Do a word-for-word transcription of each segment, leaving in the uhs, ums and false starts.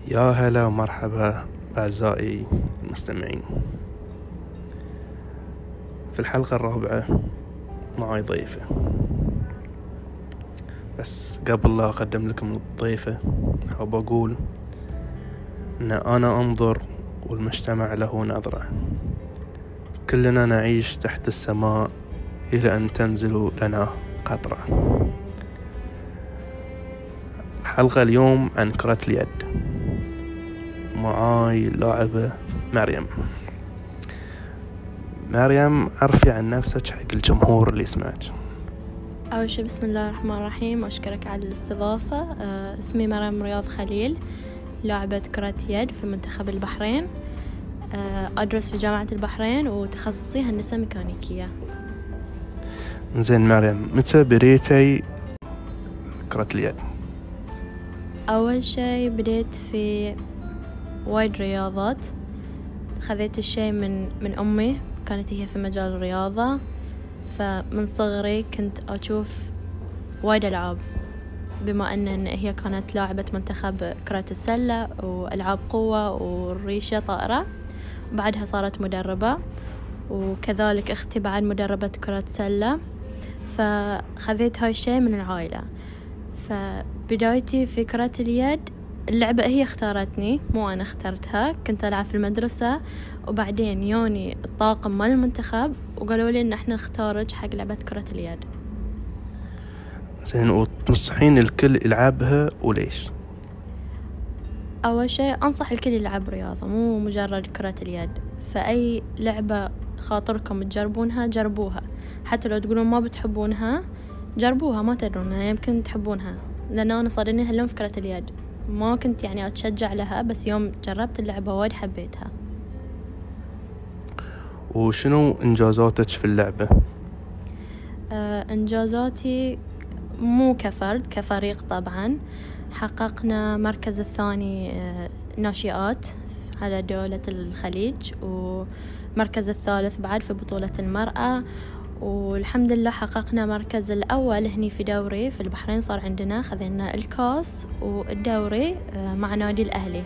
يا هلا ومرحبا أعزائي المستمعين. في الحلقة الرابعة معي ضيفة، بس قبل لا أقدم لكم الضيفة حاب أقول أن أنا أنظر والمجتمع له نظرة. كلنا نعيش تحت السماء إلى أن تنزل لنا قطرة. الحلقة اليوم عن كرة اليد. معاي لاعبة مريم. مريم، عرفي عن نفسك حق الجمهور اللي يسمعك. أول شيء بسم الله الرحمن الرحيم، وأشكرك على الاستضافة. أه اسمي مريم رياض خليل، لاعبة كرة يد في منتخب البحرين. أه أدرس في جامعة البحرين وتخصصي هندسة ميكانيكية. زين مريم، متى بديتي كرة اليد؟ أول شيء بديت في وايد رياضات. خذيت الشيء من من أمي، كانت هي في مجال الرياضة، فمن صغري كنت أشوف وايد ألعاب، بما أن هي كانت لاعبة منتخب كرة السلة وألعاب قوة والريشة طائرة. بعدها صارت مدربة، وكذلك أختي بعد مدربة كرة سلة، فخذيت هاي الشيء من العائلة. فبدايتي في كرة اليد، اللعبة هي اختارتني مو أنا اخترتها. كنت ألعب في المدرسة، وبعدين يوني الطاقم مال المنتخب وقالوا لي إن احنا نختارج حق لعبة كرة اليد. زين، وتنصحين الكل يلعبها وليش؟ أول شيء أنصح الكل يلعب رياضة، مو مجرد كرة اليد. فأي لعبة خاطركم تجربونها جربوها، حتى لو تقولون ما بتحبونها جربوها، ما تدرون يمكن تحبونها. لأن أنا صادني هاللون في كرة اليد، ما كنت يعني أتشجع لها، بس يوم جربت اللعبة وايد حبيتها. وشنو إنجازاتك في اللعبة؟ آه إنجازاتي مو كفرد، كفريق طبعا. حققنا مركز الثاني آه ناشئات على دولة الخليج، ومركز الثالث بعد في بطولة المرأة، والحمد لله حققنا مركز الأول هني في دوري في البحرين. صار عندنا خذينا الكاس والدوري مع نادي الأهلي.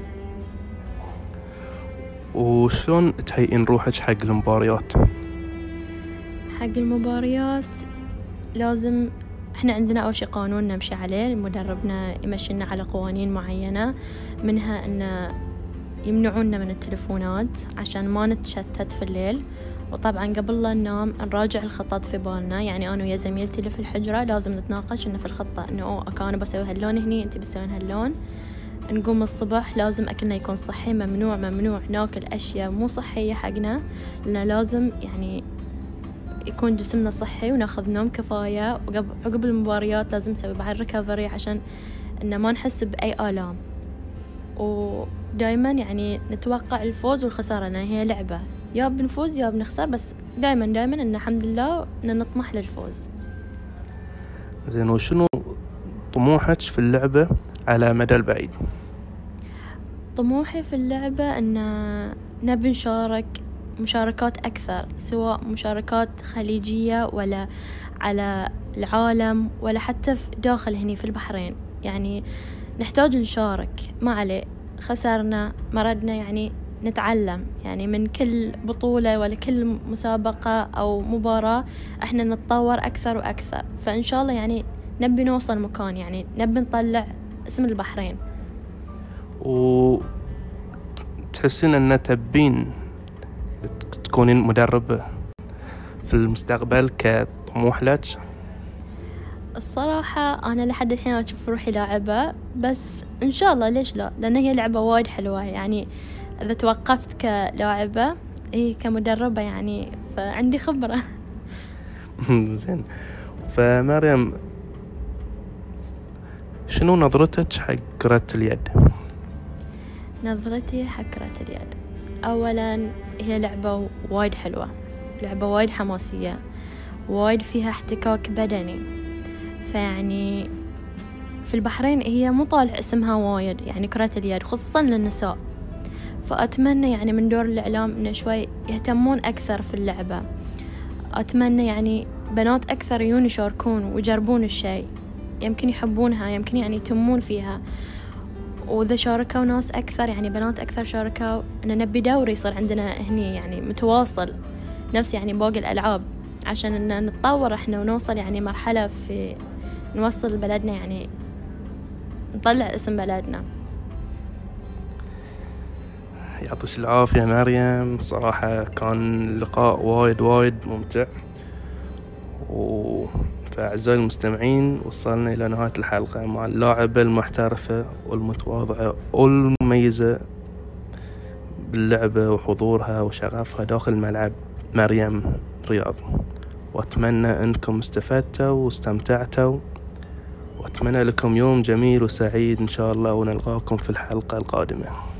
وشلون تهيئين روحك حق المباريات؟ حق المباريات لازم احنا عندنا أول شي قانون نمشي عليه، مدربنا يمشينا على قوانين معينة، منها أن يمنعونا من التلفونات عشان ما نتشتت في الليل. وطبعا قبل لا ننام نراجع الخطط في بالنا، يعني أنا ويا زميلتي اللي في الحجرة لازم نتناقش إنه في الخطة إنه أوه أنا بسوي هاللون هني، أنتي بتسوين هاللون. نقوم الصبح لازم أكلنا يكون صحي، ممنوع ممنوع ناكل أشياء مو صحية حقنا، لأن لازم يعني يكون جسمنا صحي وناخذ نوم كفاية. وعقب المباريات لازم نسوي بعد ريكفري عشان إنه ما نحس بأي آلام. ودائما يعني نتوقع الفوز والخسارة، لأن هي لعبة يا بنفوز يا بنخسر، بس دائما دائما إن الحمد لله إن نطمح للفوز. زين، وشنو طموحك في اللعبة على مدى البعيد؟ طموحي في اللعبة إن نبي نشارك مشاركات أكثر، سواء مشاركات خليجية ولا على العالم ولا حتى في داخل هني في البحرين. يعني نحتاج نشارك، ما عليه خسرنا مردنا، يعني نتعلم يعني من كل بطولة ولا كل مسابقة أو مباراة احنا نتطور أكثر وأكثر. فإن شاء الله يعني نبي نوصل مكان، يعني نبي نطلع اسم البحرين. وتحسين أن تبين تكونين مدربة في المستقبل كطموح لك؟ الصراحة أنا لحد الحين أشوف روحي لاعبة، بس إن شاء الله ليش لا، لأن هي لعبة وايد حلوة. يعني إذا توقفت كلاعبة إيه كمدربة يعني فعندي خبرة. زين، فمريم شنو نظرتك حق كرة اليد؟ نظرتي حق كرة اليد، أولا هي لعبة وايد حلوة، لعبة وايد حماسية، وايد فيها احتكاك بدني. فيعني في البحرين هي مو طالع اسمها وايد يعني كرة اليد، خصوصا للنساء. فأتمنى يعني من دور الإعلام إنه شوي يهتمون أكثر في اللعبة. أتمنى يعني بنات أكثر يون يشاركون ويجربون الشيء، يمكن يحبونها، يمكن يعني يتمون فيها. وإذا شاركوا ناس أكثر يعني بنات أكثر شاركوا إن نبي دوري يصير عندنا هني يعني متواصل نفس يعني باقي الألعاب عشان إن نتطور إحنا ونوصل يعني مرحلة في نوصل بلدنا يعني نطلع اسم بلدنا. يعطيش العافية مريم، صراحة كان لقاء وايد وايد ممتع. و فأعزائي المستمعين وصلنا إلى نهاية الحلقة مع اللاعبة المحترفة والمتواضعة والمميزة باللعبة وحضورها وشغفها داخل ملعب مريم رياض، وأتمنى أنكم استفدتوا واستمتعتوا، وأتمنى لكم يوم جميل وسعيد إن شاء الله، ونلقاكم في الحلقة القادمة.